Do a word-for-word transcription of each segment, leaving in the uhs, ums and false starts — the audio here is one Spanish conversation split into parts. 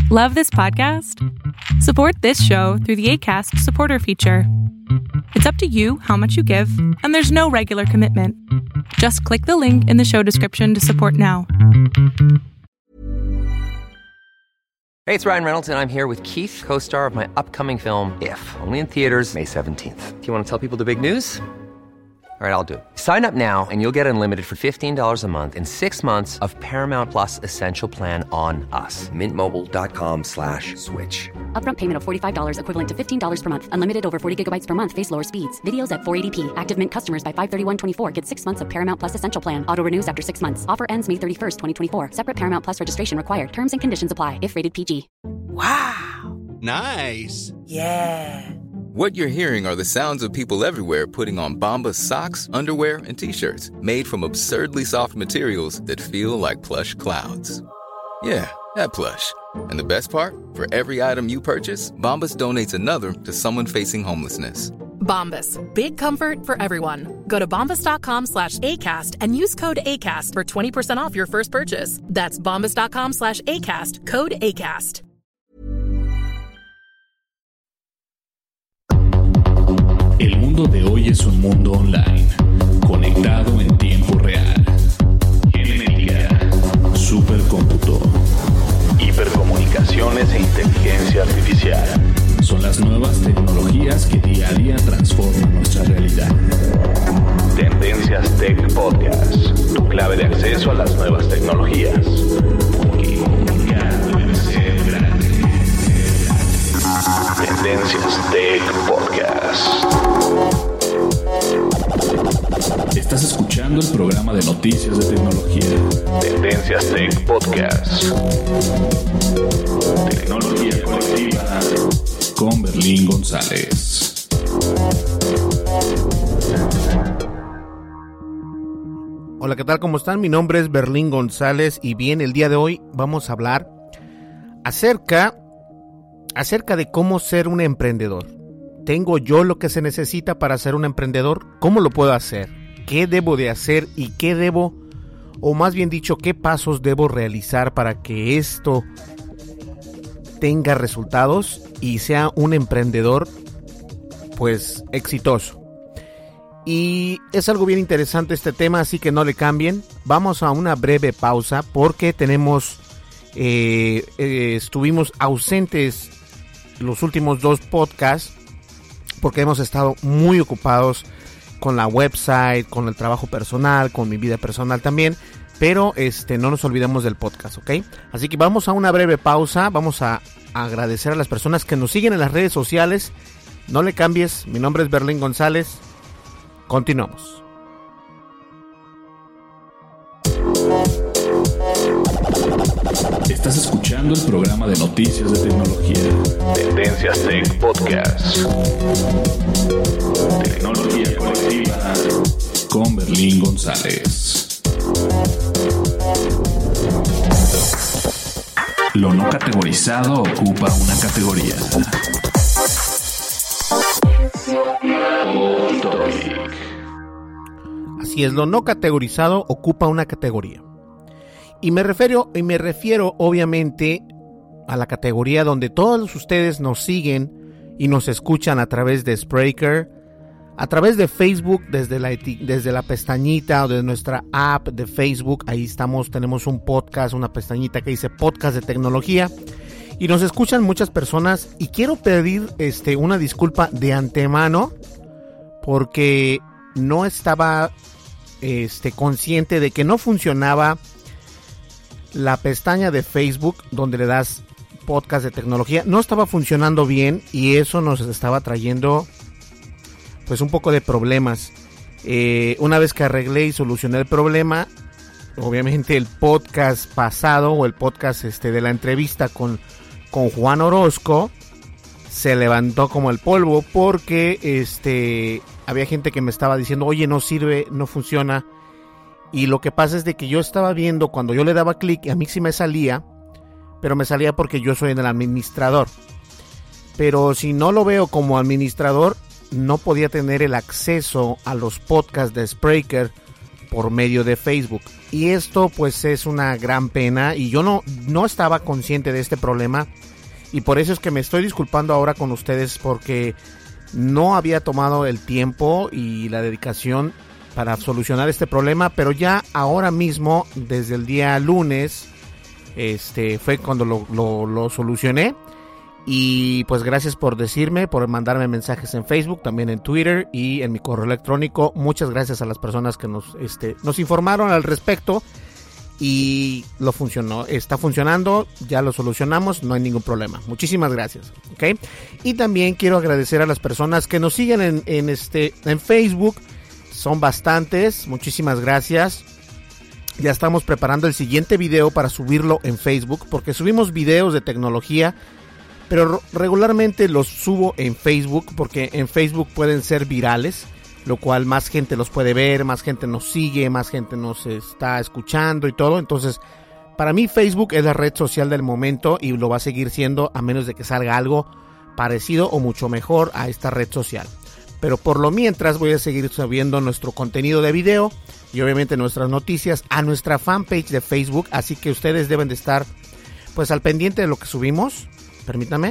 Love this podcast? Support this show through the Acast supporter feature. It's up to you how much you give, and there's no regular commitment. Just click the link in the show description to support now. Hey, it's Ryan Reynolds, and I'm here with Keith, co-star of my upcoming film, If, only in theaters May seventeenth. Do you want to tell people the big news? All right, I'll do it. Sign up now and you'll get unlimited for fifteen dollars a month and six months of Paramount Plus Essential Plan on us. Mint Mobile dot com slash switch. Upfront payment of forty-five dollars equivalent to fifteen dollars per month. Unlimited over forty gigabytes per month. Face lower speeds. Videos at four eighty p. Active Mint customers by five thirty-one twenty-four get six months of Paramount Plus Essential Plan. Auto renews after six months. Offer ends May thirty-first, twenty twenty-four. Separate Paramount Plus registration required. Terms and conditions apply if rated P G. Wow. Nice. Yeah. What you're hearing are the sounds of people everywhere putting on Bombas socks, underwear, and T-shirts made from absurdly soft materials that feel like plush clouds. Yeah, that plush. And the best part? For every item you purchase, Bombas donates another to someone facing homelessness. Bombas. Big comfort for everyone. Go to bombas.com slash ACAST and use code ACAST for twenty percent off your first purchase. That's bombas.com slash ACAST. Code ACAST. El mundo de hoy es un mundo online, conectado en tiempo real. Genética, supercómputo, hipercomunicaciones e inteligencia artificial. Son las nuevas tecnologías que día a día transforman nuestra realidad. Tendencias Tech Podcast, tu clave de acceso a las nuevas tecnologías. Porque cada debe ser grande. Tendencias Tech Podcast. Estás escuchando el programa de noticias de tecnología. Tendencias Tech Podcast. Tecnología colectiva con Berlín González. Hola, ¿qué tal? ¿Cómo están? Mi nombre es Berlín González y bien, el día de hoy vamos a hablar acerca acerca de cómo ser un emprendedor. ¿Tengo yo lo que se necesita para ser un emprendedor? ¿Cómo lo puedo hacer? ¿Qué debo de hacer y qué debo, o más bien dicho, qué pasos debo realizar para que esto tenga resultados y sea un emprendedor, pues, exitoso? Y es algo bien interesante este tema, así que no le cambien. Vamos a una breve pausa porque tenemos, eh, eh, estuvimos ausentes los últimos dos podcasts porque hemos estado muy ocupados con la website, con el trabajo personal, con mi vida personal también, pero este no nos olvidemos del podcast, ¿ok? Así que vamos a una breve pausa, vamos a agradecer a las personas que nos siguen en las redes sociales. No le cambies, mi nombre es Berlín González, continuamos. Estás escuchando el programa de noticias de tecnología. Tendencias Tech Podcast. Tecnología colectiva con Berlín González. Lo no categorizado ocupa una categoría. Así es, lo no categorizado ocupa una categoría. Y me refiero, y me refiero obviamente a la categoría donde todos ustedes nos siguen y nos escuchan a través de Spreaker, a través de Facebook, desde la, desde la pestañita o de nuestra app de Facebook. Ahí estamos, tenemos un podcast, una pestañita que dice podcast de tecnología. Y nos escuchan muchas personas y quiero pedir este, una disculpa de antemano porque no estaba este, consciente de que no funcionaba la pestaña de Facebook donde le das podcast de tecnología. No estaba funcionando bien y eso nos estaba trayendo pues un poco de problemas. Eh, una vez que arreglé y solucioné el problema, obviamente el podcast pasado o el podcast este, de la entrevista con, con Juan Orozco se levantó como el polvo porque este, había gente que me estaba diciendo, oye, no sirve, no funciona. Y lo que pasa es de que yo estaba viendo cuando yo le daba clic, a mí sí me salía, pero me salía porque yo soy el administrador. Pero si no lo veo como administrador, no podía tener el acceso a los podcasts de Spreaker por medio de Facebook. Y esto pues es una gran pena y yo no, no estaba consciente de este problema y por eso es que me estoy disculpando ahora con ustedes porque no había tomado el tiempo y la dedicación para solucionar este problema, pero ya ahora mismo, desde el día lunes, este fue cuando lo, lo, lo solucioné. Y pues gracias por decirme, por mandarme mensajes en Facebook, también en Twitter y en mi correo electrónico. Muchas gracias a las personas que nos, este, nos informaron al respecto y lo funcionó, está funcionando, ya lo solucionamos, no hay ningún problema. Muchísimas gracias, ¿ok? Y también quiero agradecer a las personas que nos siguen en, en, este, en Facebook. Son bastantes, muchísimas gracias. Ya estamos preparando el siguiente video para subirlo en Facebook, porque subimos videos de tecnología, pero regularmente los subo en Facebook, porque en Facebook pueden ser virales, lo cual más gente los puede ver, más gente nos sigue, más gente nos está escuchando y todo. Entonces, para mí Facebook es la red social del momento y lo va a seguir siendo a menos de que salga algo parecido o mucho mejor a esta red social. Pero por lo mientras voy a seguir subiendo nuestro contenido de video y obviamente nuestras noticias a nuestra fanpage de Facebook. Así que ustedes deben de estar pues al pendiente de lo que subimos. Permítame.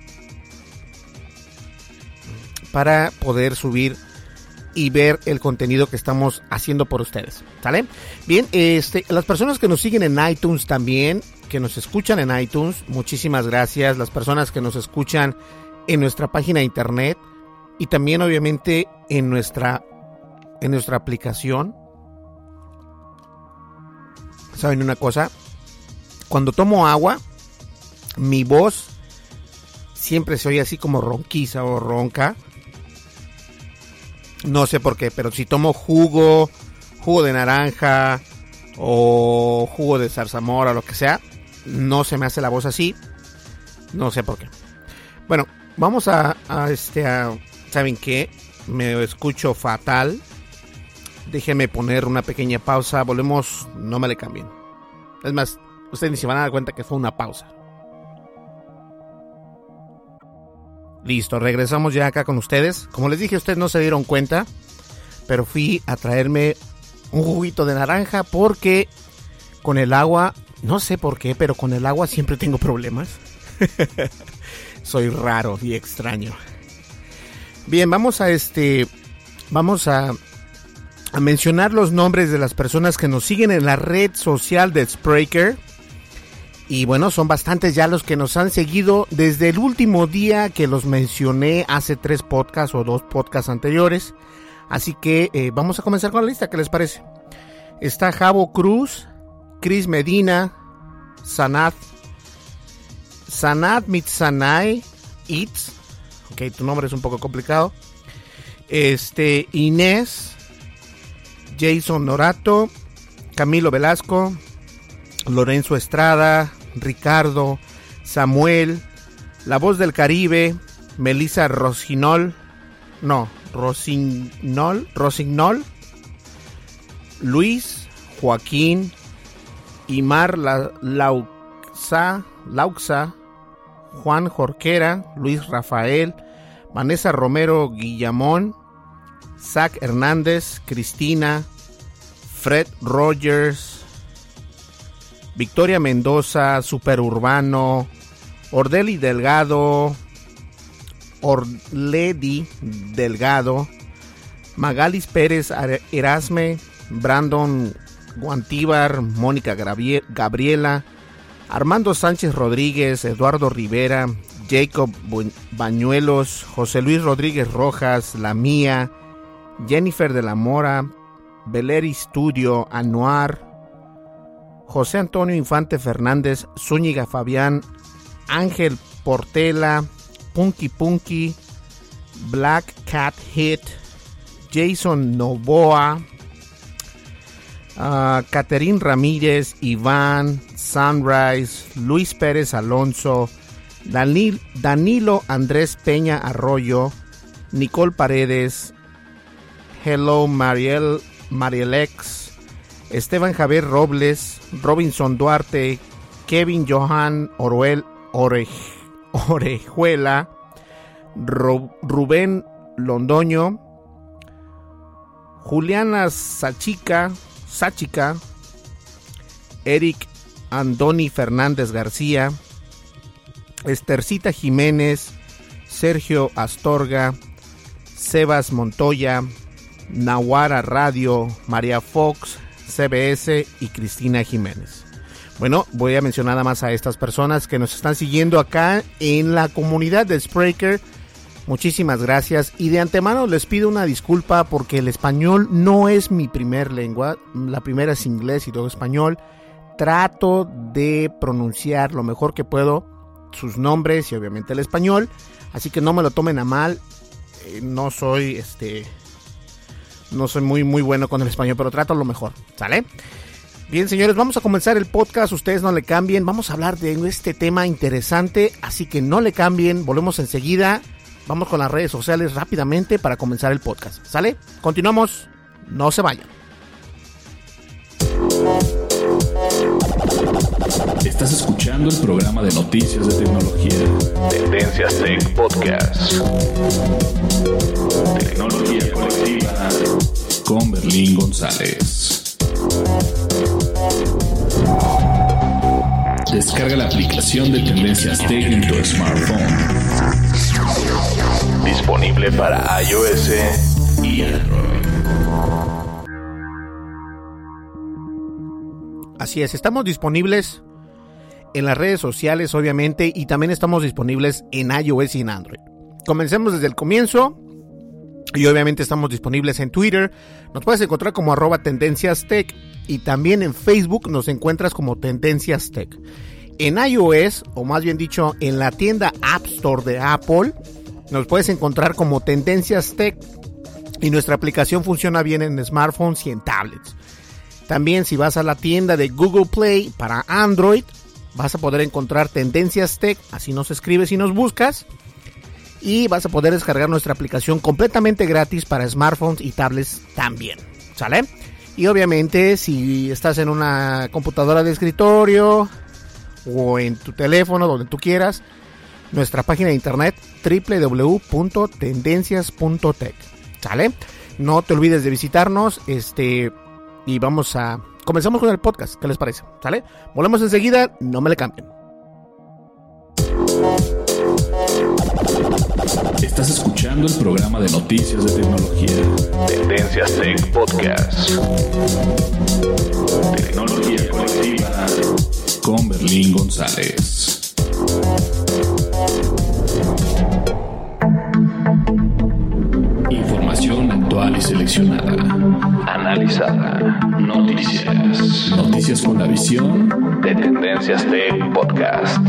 Para poder subir y ver el contenido que estamos haciendo por ustedes. ¿Sale? Bien, este, las personas que nos siguen en iTunes también, que nos escuchan en iTunes, muchísimas gracias. Las personas que nos escuchan en nuestra página de internet. Y también obviamente en nuestra, en nuestra aplicación. ¿Saben una cosa? Cuando tomo agua, mi voz siempre se oye así como ronquiza o ronca. No sé por qué, pero si tomo jugo, jugo de naranja o jugo de zarzamora o lo que sea, no se me hace la voz así. No sé por qué. Bueno, vamos a, a este a... ¿Saben qué? Me escucho fatal. Déjenme poner una pequeña pausa. Volvemos, no me le cambien. Es más, ustedes ni se van a dar cuenta que fue una pausa. Listo, regresamos ya acá con ustedes. Como les dije, ustedes no se dieron cuenta, pero fui a traerme un juguito de naranja porque con el agua, no sé por qué, pero con el agua siempre tengo problemas. Soy raro y extraño. Bien, vamos a este, vamos a, a mencionar los nombres de las personas que nos siguen en la red social de Spreaker. Y bueno, son bastantes ya los que nos han seguido desde el último día que los mencioné hace tres podcasts o dos podcasts anteriores. Así que eh, vamos a comenzar con la lista, ¿qué les parece? Está Javo Cruz, Chris Medina, Sanat, Sanat Mitsanay, Itz. Ok, tu nombre es un poco complicado. Este, Inés, Jason Norato, Camilo Velasco, Lorenzo Estrada, Ricardo, Samuel, La Voz del Caribe, Melissa Rosinol, no, Rosinol, Rosignol, Luis, Joaquín, Imar La, Lauxa, Lauxa, Juan Jorquera, Luis Rafael, Vanessa Romero Guillamón, Zach Hernández, Cristina, Fred Rogers, Victoria Mendoza, Superurbano, Ordeli Delgado, Orledi Delgado, Magalis Pérez Erasme, Brandon Guantíbar, Mónica Gabriela, Armando Sánchez Rodríguez, Eduardo Rivera, Jacob Bañuelos, José Luis Rodríguez Rojas, La Mía, Jennifer de la Mora, Beleri Studio, Anuar, José Antonio Infante Fernández, Zúñiga Fabián, Ángel Portela, Punky Punky, Black Cat Hit, Jason Novoa, Uh, Caterín Ramírez, Iván, Sunrise, Luis Pérez Alonso, Danil, Danilo Andrés Peña Arroyo, Nicole Paredes, Hello Mariel, Marielex, Esteban Javier Robles, Robinson Duarte, Kevin Johan Oruel Orej, Orejuela, Ru, Rubén Londoño, Juliana Sachica, Sachica, Eric Andoni Fernández García, Estercita Jiménez, Sergio Astorga, Sebas Montoya, Nahuara Radio, María Fox, C B S y Cristina Jiménez. Bueno, voy a mencionar nada más a estas personas que nos están siguiendo acá en la comunidad de Spreaker. Muchísimas gracias y de antemano les pido una disculpa porque el español no es mi primer lengua, la primera es inglés y todo español. Trato de pronunciar lo mejor que puedo sus nombres y obviamente el español, así que no me lo tomen a mal. Eh, no soy este no soy muy muy bueno con el español, pero trato lo mejor, ¿sale? Bien, señores, vamos a comenzar el podcast, ustedes no le cambien, vamos a hablar de este tema interesante, así que no le cambien, volvemos enseguida. Vamos con las redes sociales rápidamente para comenzar el podcast, ¿sale? Continuamos, no se vayan. Estás escuchando el programa de noticias de tecnología Tendencias Tech Podcast. Tecnología colectiva con Berlín González. Descarga la aplicación de Tendencias Tech en tu smartphone. Disponible para iOS y Android. Así es, estamos disponibles en las redes sociales, obviamente, y también estamos disponibles en iOS y en Android. Comencemos desde el comienzo, y obviamente estamos disponibles en Twitter. Nos puedes encontrar como arroba Tendencias Tech, y también en Facebook nos encuentras como Tendencias Tech. En iOS, o más bien dicho, en la tienda App Store de Apple, nos puedes encontrar como Tendencias Tech, y nuestra aplicación funciona bien en smartphones y en tablets. También si vas a la tienda de Google Play para Android, vas a poder encontrar Tendencias Tech, así nos escribes y nos buscas, y vas a poder descargar nuestra aplicación completamente gratis para smartphones y tablets también, ¿sale? Y obviamente si estás en una computadora de escritorio o en tu teléfono, donde tú quieras, nuestra página de internet doble u doble u doble u punto tendencias punto tech, ¿sale? No te olvides de visitarnos, este... y vamos a... comenzamos con el podcast, ¿qué les parece? ¿Sale? Volvemos enseguida, no me le cambien. Estás escuchando el programa de noticias de tecnología Tendencias Tech Podcast. Tecnología colectiva con Berlín González. Información actual y seleccionada. Analizada. Noticias. Noticias con la visión de Tendencias Tech Podcast.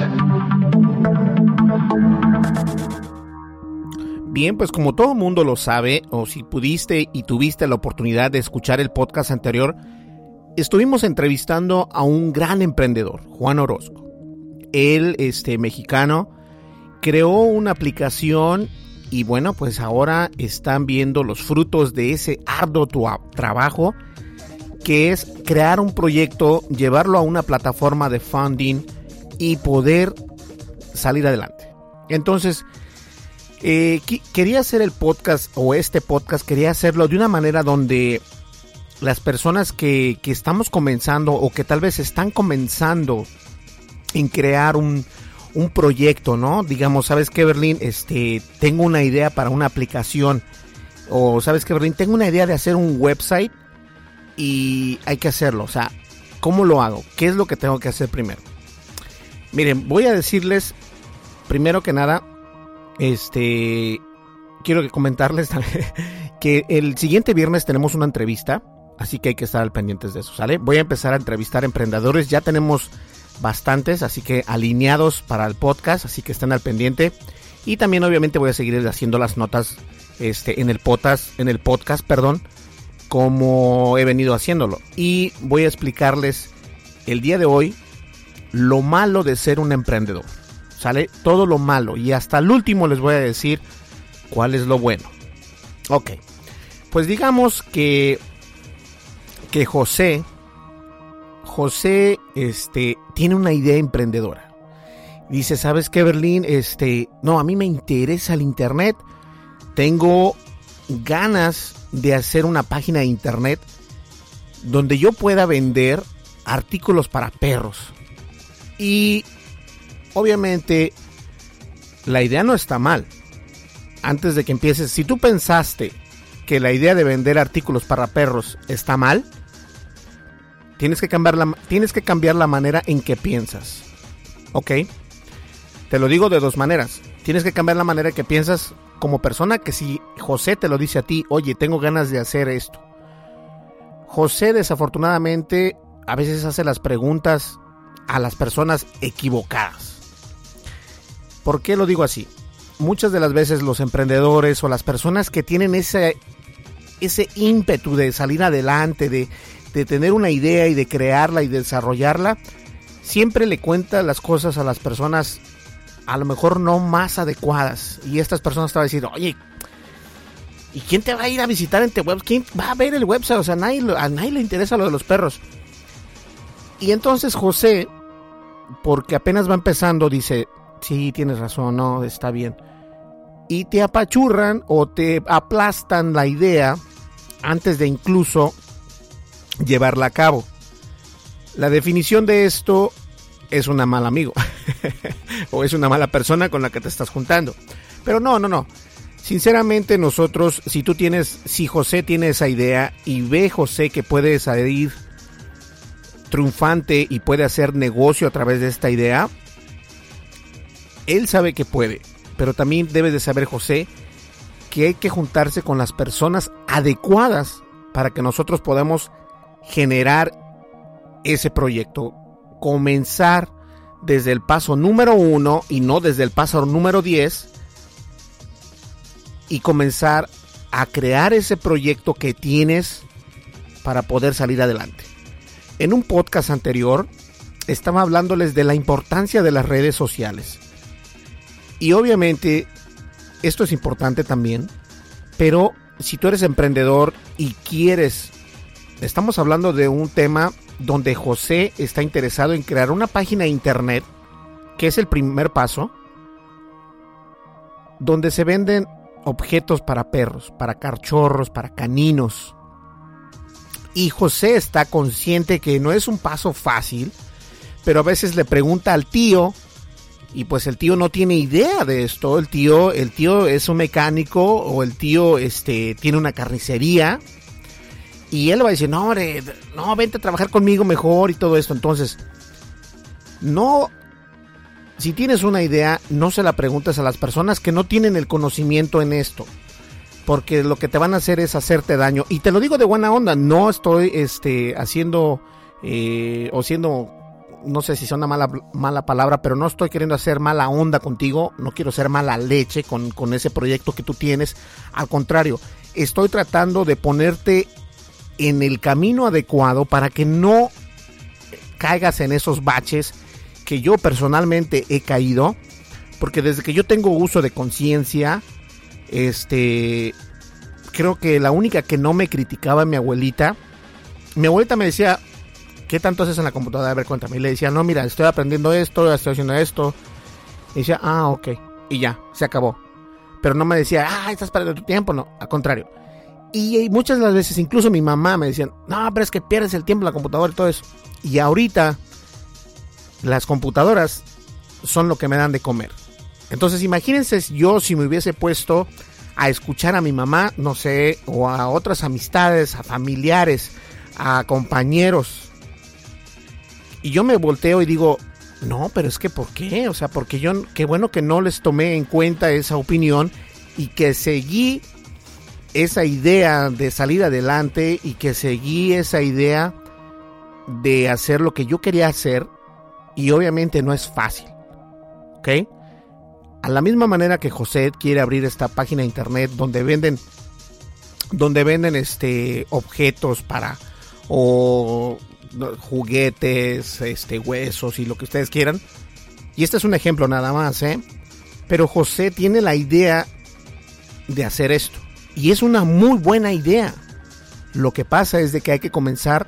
Bien, pues como todo mundo lo sabe, o si pudiste y tuviste la oportunidad de escuchar el podcast anterior, estuvimos entrevistando a un gran emprendedor, Juan Orozco. Él, este mexicano, creó una aplicación y bueno, pues ahora están viendo los frutos de ese arduo trabajo, que es crear un proyecto, llevarlo a una plataforma de funding y poder salir adelante. Entonces, eh, qu- quería hacer el podcast, o este podcast, quería hacerlo de una manera donde las personas que, que estamos comenzando, o que tal vez están comenzando en crear un, un proyecto, ¿no? Digamos, ¿sabes qué, Berlín? Este, tengo una idea para una aplicación. O, ¿sabes qué, Berlín? Tengo una idea de hacer un website y hay que hacerlo. O sea, ¿cómo lo hago? ¿Qué es lo que tengo que hacer primero? Miren, voy a decirles, primero que nada, este, quiero comentarles que el siguiente viernes tenemos una entrevista, así que hay que estar al pendientes de eso, ¿sale? Voy a empezar a entrevistar emprendedores, ya tenemos bastantes, así que alineados para el podcast, así que estén al pendiente. Y también obviamente voy a seguir haciendo las notas este, en el podcast, en el podcast, perdón, como he venido haciéndolo. Y voy a explicarles el día de hoy lo malo de ser un emprendedor, ¿sale? Todo lo malo, y hasta el último les voy a decir cuál es lo bueno. Ok, pues digamos que que José José este tiene una idea emprendedora. Dice, ¿sabes qué, Berlín? Este, no, a mí me interesa el internet. Tengo ganas de hacer una página de internet donde yo pueda vender artículos para perros. Y obviamente la idea no está mal. Antes de que empieces, si tú pensaste que la idea de vender artículos para perros está mal, tienes que cambiar la, tienes que cambiar la manera en que piensas. ¿Ok? Te lo digo de dos maneras. Tienes que cambiar la manera en que piensas como persona, que si José te lo dice a ti, oye, tengo ganas de hacer esto. José desafortunadamente a veces hace las preguntas a las personas equivocadas. ¿Por qué lo digo así? Muchas de las veces los emprendedores o las personas que tienen ese, ese ímpetu de salir adelante, de, de tener una idea y de crearla y desarrollarla, siempre le cuentan las cosas a las personas a lo mejor no más adecuadas. Y estas personas te van a decir, oye, ¿y quién te va a ir a visitar en tu web? ¿Quién va a ver el website? O sea, a nadie, a nadie le interesa lo de los perros. Y entonces José, porque apenas va empezando, dice, sí, tienes razón, no, está bien. Y te apachurran o te aplastan la idea antes de incluso llevarla a cabo. La definición de esto es una mal amigo o es una mala persona con la que te estás juntando. Pero no, no, no. Sinceramente nosotros, si tú tienes, si José tiene esa idea y ve José que puede salir triunfante y puede hacer negocio a través de esta idea, él sabe que puede. Pero también debe de saber José que hay que juntarse con las personas adecuadas para que nosotros podamos generar ese proyecto. Comenzar desde el paso número uno y no desde el paso número diez y comenzar a crear ese proyecto que tienes para poder salir adelante. En un podcast anterior estaba hablándoles de la importancia de las redes sociales. Y obviamente esto es importante también, pero si tú eres emprendedor y quieres, estamos hablando de un tema donde José está interesado en crear una página de internet, que es el primer paso, donde se venden objetos para perros, para cachorros, para caninos. Y José está consciente que no es un paso fácil, pero a veces le pregunta al tío, y pues el tío no tiene idea de esto. El tío, el tío es un mecánico o el tío este, tiene una carnicería. Y él va a decir, no, hombre, no, vente a trabajar conmigo mejor y todo esto. Entonces, no, si tienes una idea, no se la preguntes a las personas que no tienen el conocimiento en esto. Porque lo que te van a hacer es hacerte daño. Y te lo digo de buena onda, no estoy este, haciendo eh, o siendo... no sé si es una mala, mala palabra, pero no estoy queriendo hacer mala onda contigo, no quiero ser mala leche con, con ese proyecto que tú tienes. Al contrario, estoy tratando de ponerte en el camino adecuado para que no caigas en esos baches que yo personalmente he caído, porque desde que yo tengo uso de conciencia, este, creo que la única que no me criticaba mi abuelita, mi abuelita me decía, ¿qué tanto haces en la computadora? A ver, cuéntame. Y le decía, no, mira, estoy aprendiendo esto, estoy haciendo esto. Y decía, ah, ok. Y ya, se acabó. Pero no me decía, ah, estás perdiendo tu tiempo. No, al contrario. Y, y muchas de las veces, incluso mi mamá me decía, no, pero es que pierdes el tiempo en la computadora y todo eso. Y ahorita, las computadoras son lo que me dan de comer. Entonces, imagínense yo si me hubiese puesto a escuchar a mi mamá, no sé, o a otras amistades, a familiares, a compañeros. Y yo me volteo y digo, no, pero es que ¿por qué? O sea, porque yo, qué bueno que no les tomé en cuenta esa opinión y que seguí esa idea de salir adelante y que seguí esa idea de hacer lo que yo quería hacer, y obviamente no es fácil, ¿ok? A la misma manera que José quiere abrir esta página de internet donde venden, donde venden este objetos para o juguetes, este huesos y lo que ustedes quieran. Y este es un ejemplo nada más, ¿eh? Pero José tiene la idea de hacer esto y es una muy buena idea. Lo que pasa es de que hay que comenzar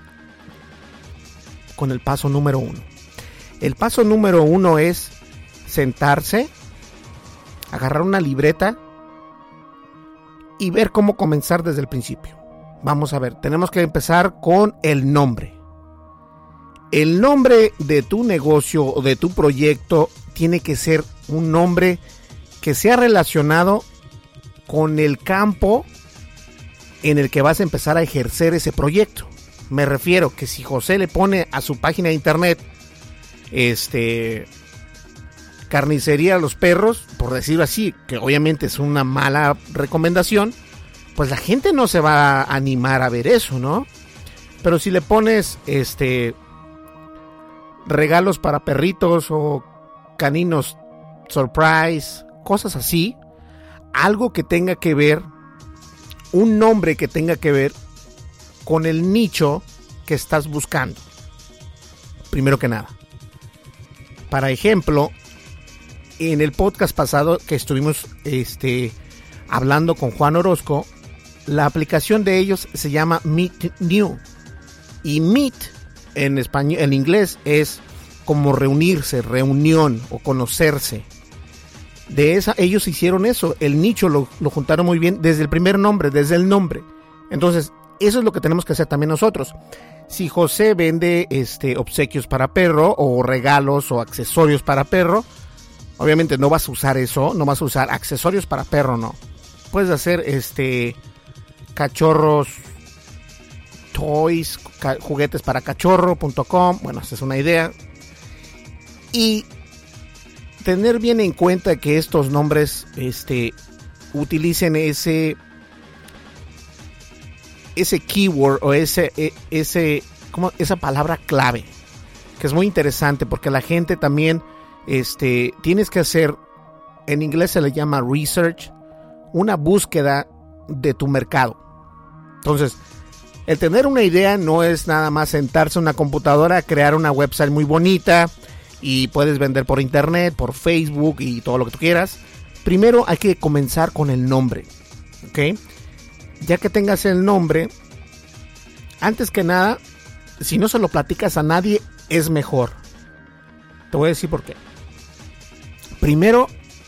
con el paso número uno. El paso número uno es sentarse, agarrar una libreta y ver cómo comenzar desde el principio. Vamos a ver, tenemos que empezar con el nombre. El nombre de tu negocio o de tu proyecto tiene que ser un nombre que sea relacionado con el campo en el que vas a empezar a ejercer ese proyecto. Me refiero que si José le pone a su página de internet este carnicería a los perros, por decirlo así, que obviamente es una mala recomendación, pues la gente no se va a animar a ver eso, ¿no? Pero si le pones este regalos para perritos o caninos surprise, cosas así, algo que tenga que ver, un nombre que tenga que ver con el nicho que estás buscando. Primero que nada. Para ejemplo, en el podcast pasado que estuvimos este, hablando con Juan Orozco, la aplicación de ellos se llama Meet New. Y Meet en español, en inglés es como reunirse, reunión o conocerse. De esa, ellos hicieron eso, el nicho lo, lo juntaron muy bien desde el primer nombre, desde el nombre. Entonces, eso es lo que tenemos que hacer también nosotros. Si José vende este, obsequios para perro o regalos o accesorios para perro, obviamente no vas a usar eso, no vas a usar accesorios para perro, no. Puedes hacer este cachorros, toys, ca- juguetes para cachorro punto com, bueno, esa es una idea. Y tener bien en cuenta que estos nombres este, utilicen ese ese keyword o ese ese como esa palabra clave, que es muy interesante porque la gente también este tienes que hacer, en inglés se le llama research, una búsqueda de tu mercado. Entonces, el tener una idea no es nada más sentarse en una computadora, crear una website muy bonita y puedes vender por internet, por Facebook y todo lo que tú quieras. Primero hay que comenzar con el nombre, ¿ok? Ya que tengas el nombre, antes que nada, si no se lo platicas a nadie, es mejor. Te voy a decir por qué. Primero,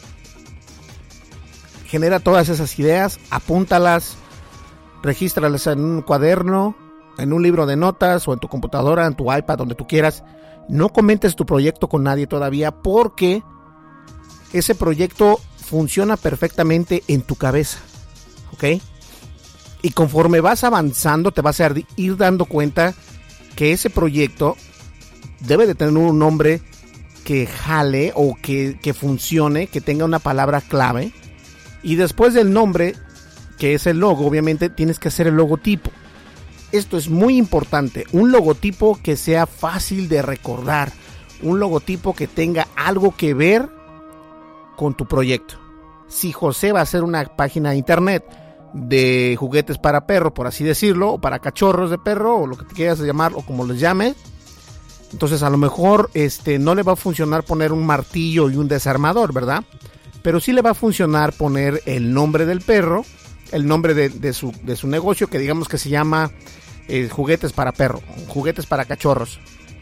genera todas esas ideas, apúntalas, regístralas en un cuaderno, en un libro de notas o en tu computadora, en tu iPad, donde tú quieras. No comentes tu proyecto con nadie todavía porque ese proyecto funciona perfectamente en tu cabeza, ¿ok? Y conforme vas avanzando te vas a ir dando cuenta que ese proyecto debe de tener un nombre que jale o que, que funcione, que tenga una palabra clave. Y después del nombre, que es el logo, obviamente tienes que hacer el logotipo. Esto es muy importante, un logotipo que sea fácil de recordar, un logotipo que tenga algo que ver con tu proyecto. Si José va a hacer una página de internet de juguetes para perro, por así decirlo, o para cachorros de perro, o lo que te quieras llamar, o como les llames, entonces a lo mejor este, no le va a funcionar poner un martillo y un desarmador, ¿verdad? Pero sí le va a funcionar poner el nombre del perro, el nombre de, de, su, de su negocio, que digamos que se llama eh, juguetes para perro, juguetes para cachorros,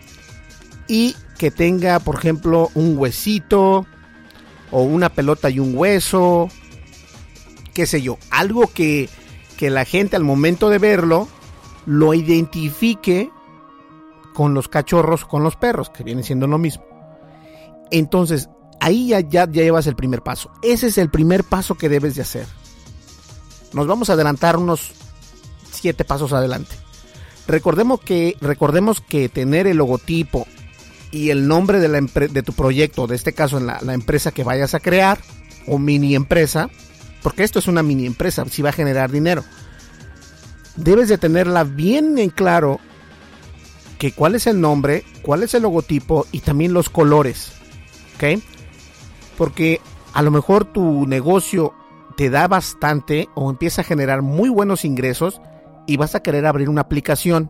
y que tenga, por ejemplo, un huesito o una pelota y un hueso, qué sé yo, algo que, que la gente al momento de verlo lo identifique con los cachorros, con los perros, que viene siendo lo mismo. Entonces ahí ya, ya, ya llevas el primer paso. Ese es el primer paso que debes de hacer. Nos vamos a adelantar unos siete pasos adelante. Recordemos que, recordemos que tener el logotipo y el nombre de, la empre- de tu proyecto, de este caso en la, la empresa que vayas a crear, o mini empresa, porque esto es una mini empresa, si va a generar dinero, debes de tenerla bien en claro que cuál es el nombre, cuál es el logotipo y también los colores, ¿ok? Porque a lo mejor tu negocio te da bastante o empieza a generar muy buenos ingresos y vas a querer abrir una aplicación.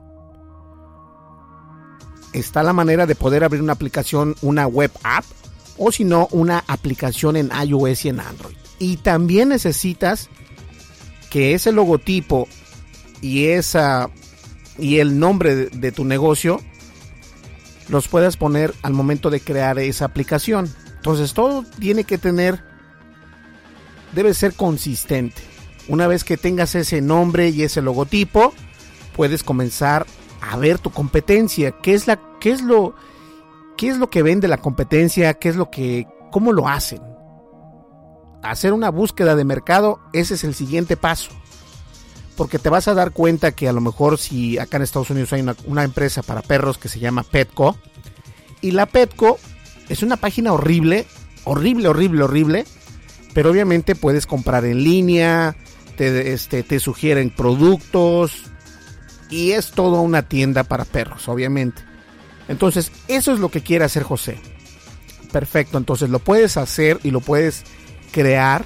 Está la manera de poder abrir una aplicación, una web app, o si no, una aplicación en iOS y en Android. Y también necesitas que ese logotipo y esa y el nombre de, de tu negocio los puedas poner al momento de crear esa aplicación. Entonces todo tiene que tener, debe ser consistente. Una vez que tengas ese nombre y ese logotipo, puedes comenzar a ver tu competencia. ¿Qué es la, qué es lo, qué es lo que vende la competencia? ¿Qué es lo que, cómo lo hacen? Hacer una búsqueda de mercado, ese es el siguiente paso. Porque te vas a dar cuenta que a lo mejor si acá en Estados Unidos hay una, una empresa para perros que se llama Petco, y la Petco es una página horrible, horrible, horrible, horrible, pero obviamente puedes comprar en línea, te, este, te sugieren productos, y es toda una tienda para perros, obviamente. Entonces, eso es lo que quiere hacer José. Perfecto, entonces lo puedes hacer y lo puedes crear,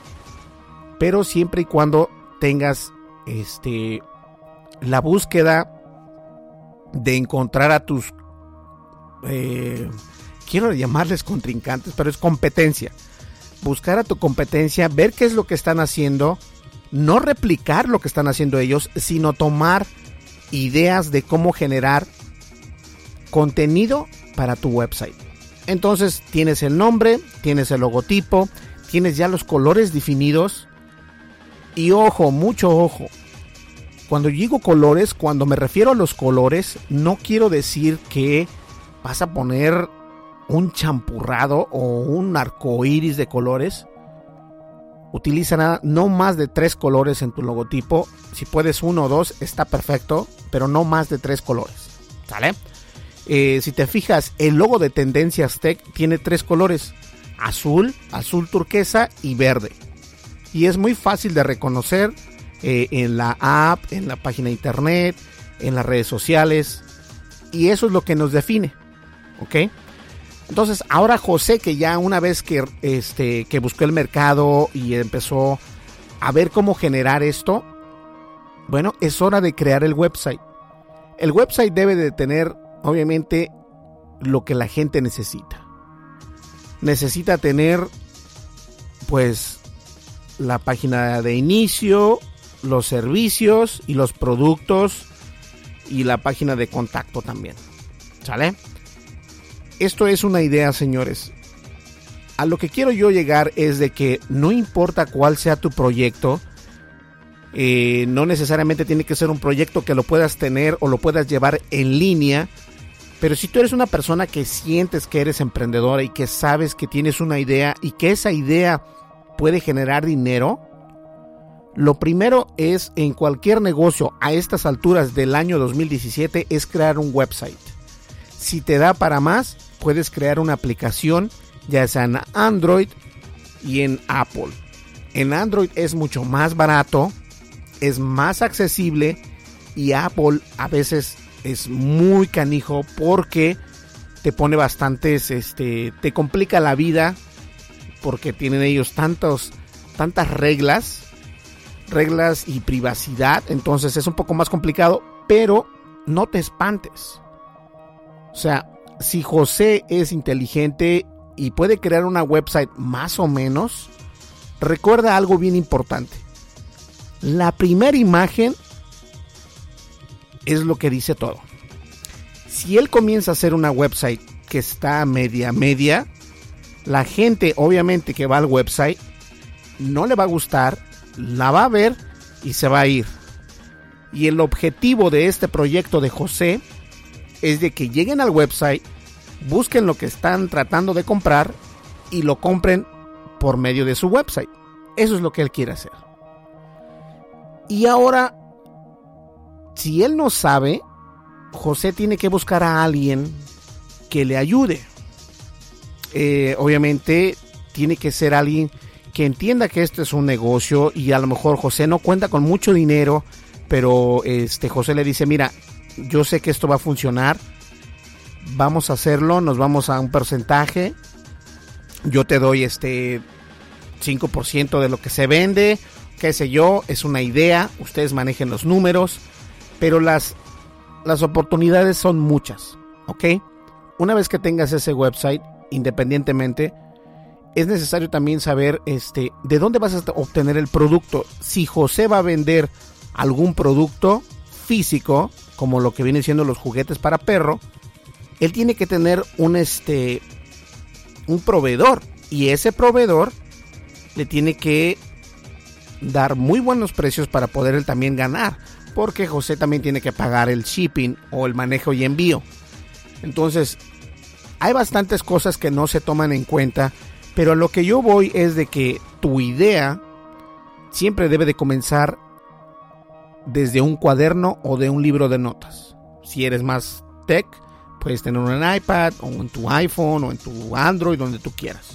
pero siempre y cuando tengas este la búsqueda de encontrar a tus eh, quiero llamarles contrincantes, pero es competencia. Buscar a tu competencia, ver qué es lo que están haciendo, no replicar lo que están haciendo ellos, sino tomar ideas de cómo generar contenido para tu website. Entonces tienes el nombre, tienes el logotipo, tienes ya los colores definidos. Y ojo, mucho ojo. Cuando digo colores, cuando me refiero a los colores, no quiero decir que vas a poner un champurrado o un arcoíris de colores. Utiliza nada, no más de tres colores en tu logotipo. Si puedes uno o dos, está perfecto, pero no más de tres colores. ¿Sale? Eh, si te fijas, el logo de Tendencias Tech tiene tres colores: azul, azul turquesa y verde. Y es muy fácil de reconocer eh, en la app, en la página de internet, en las redes sociales. Y eso es lo que nos define. ¿Ok? Entonces, ahora José, que ya una vez que, este, que buscó el mercado y empezó a ver cómo generar esto, bueno, es hora de crear el website. El website debe de tener, obviamente, lo que la gente necesita. Necesita tener, pues, la página de inicio, los servicios y los productos y la página de contacto también. ¿Sale? Esto es una idea, señores. A lo que quiero yo llegar es de que no importa cuál sea tu proyecto, eh, no necesariamente tiene que ser un proyecto que lo puedas tener o lo puedas llevar en línea, pero si tú eres una persona que sientes que eres emprendedora y que sabes que tienes una idea y que esa idea puede generar dinero, lo primero es, en cualquier negocio a estas alturas del año dos mil diecisiete, es crear un website. Si te da para más, puedes crear una aplicación, ya sea en Android y en Apple. En Android es mucho más barato, es más accesible, y Apple a veces es muy canijo porque te pone bastantes, este, te complica la vida porque tienen ellos tantos, tantas reglas, reglas y privacidad. Entonces es un poco más complicado, pero no te espantes. O sea, si José es inteligente y puede crear una website más o menos, recuerda algo bien importante. La primera imagen es lo que dice todo. Si él comienza a hacer una website que está media media, la gente obviamente que va al website no le va a gustar, la va a ver y se va a ir. Y el objetivo de este proyecto de José es de que lleguen al website, busquen lo que están tratando de comprar y lo compren por medio de su website. Eso es lo que él quiere hacer. Y ahora, si él no sabe, José tiene que buscar a alguien que le ayude. Eh, obviamente tiene que ser alguien que entienda que esto es un negocio, y a lo mejor José no cuenta con mucho dinero, pero este José le dice: mira, yo sé que esto va a funcionar, vamos a hacerlo, nos vamos a un porcentaje, yo te doy este cinco por ciento de lo que se vende, qué sé yo, es una idea, ustedes manejen los números, pero las, las oportunidades son muchas, ¿ok? Una vez que tengas ese website, independientemente, es necesario también saber este, de dónde vas a obtener el producto. Si José va a vender algún producto físico, como lo que vienen siendo los juguetes para perro, él tiene que tener un, este, un proveedor, y ese proveedor le tiene que dar muy buenos precios para poder él también ganar, porque José también tiene que pagar el shipping o el manejo y envío. Entonces, hay bastantes cosas que no se toman en cuenta, pero a lo que yo voy es de que tu idea siempre debe de comenzar desde un cuaderno o de un libro de notas. Si eres más tech, puedes tener un iPad o en tu iPhone o en tu Android, donde tú quieras.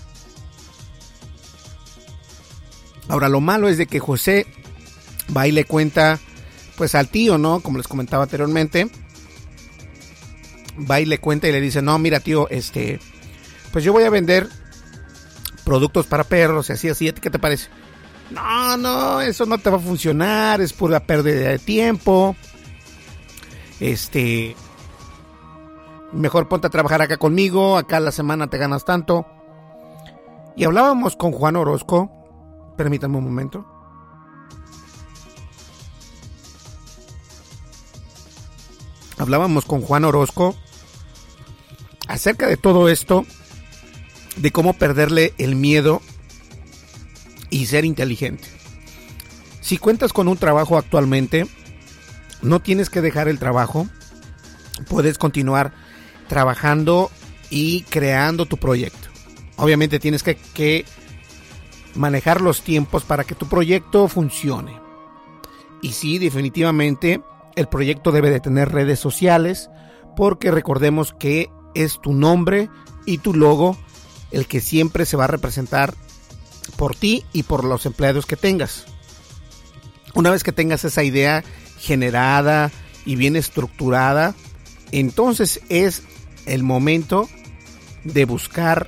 Ahora, lo malo es de que José va y le cuenta pues al tío, ¿no? Como les comentaba anteriormente, va y le cuenta y le dice, no, mira tío, este, pues yo voy a vender productos para perros y así, así, ¿a ti qué te parece? No, no, eso no te va a funcionar, es pura pérdida de tiempo. Este, mejor ponte a trabajar acá conmigo, acá a la semana te ganas tanto. Y hablábamos con Juan Orozco, permítanme un momento. Hablábamos con Juan Orozco acerca de todo esto, de cómo perderle el miedo y ser inteligente. Si cuentas con un trabajo actualmente, no tienes que dejar el trabajo, puedes continuar trabajando y creando tu proyecto. Obviamente tienes que, que manejar los tiempos para que tu proyecto funcione. Y sí, definitivamente el proyecto debe de tener redes sociales, porque recordemos que es tu nombre y tu logo el que siempre se va a representar por ti y por los empleados que tengas. Una vez que tengas esa idea generada y bien estructurada, entonces es el momento de buscar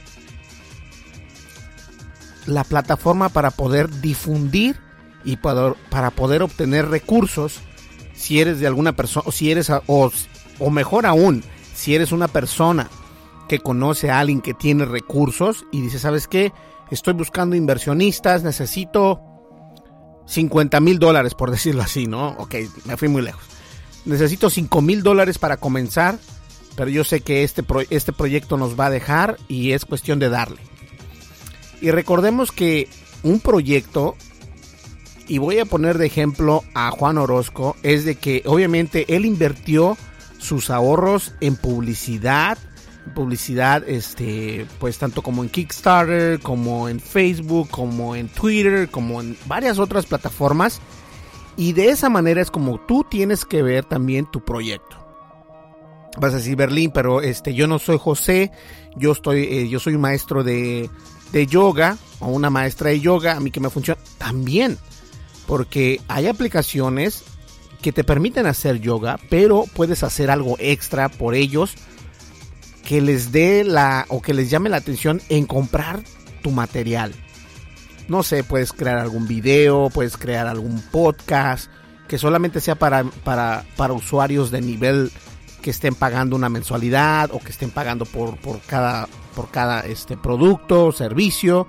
la plataforma para poder difundir y para, para poder obtener recursos. Si eres de alguna persona, o si eres, o, o mejor aún, si eres una persona que conoce a alguien que tiene recursos y dice, ¿sabes qué? Estoy buscando inversionistas, necesito cincuenta mil dólares, por decirlo así, ¿no? Ok, me fui muy lejos. Necesito cinco mil dólares para comenzar, pero yo sé que este, pro, este proyecto nos va a dejar y es cuestión de darle. Y recordemos que un proyecto, y voy a poner de ejemplo a Juan Orozco, es de que obviamente él invirtió sus ahorros en publicidad, publicidad este pues tanto como en Kickstarter, como en Facebook, como en Twitter, como en varias otras plataformas, y de esa manera es como tú tienes que ver también tu proyecto. Vas a decir, Berlín, pero este yo no soy José, yo estoy eh, yo soy un maestro de, de yoga o una maestra de yoga, a mí que me funciona también, porque hay aplicaciones que te permiten hacer yoga, pero puedes hacer algo extra por ellos que les dé la o que les llame la atención en comprar tu material. No sé, puedes crear algún video, puedes crear algún podcast que solamente sea para, para, para usuarios de nivel que estén pagando una mensualidad o que estén pagando por, por cada, por cada este producto o servicio.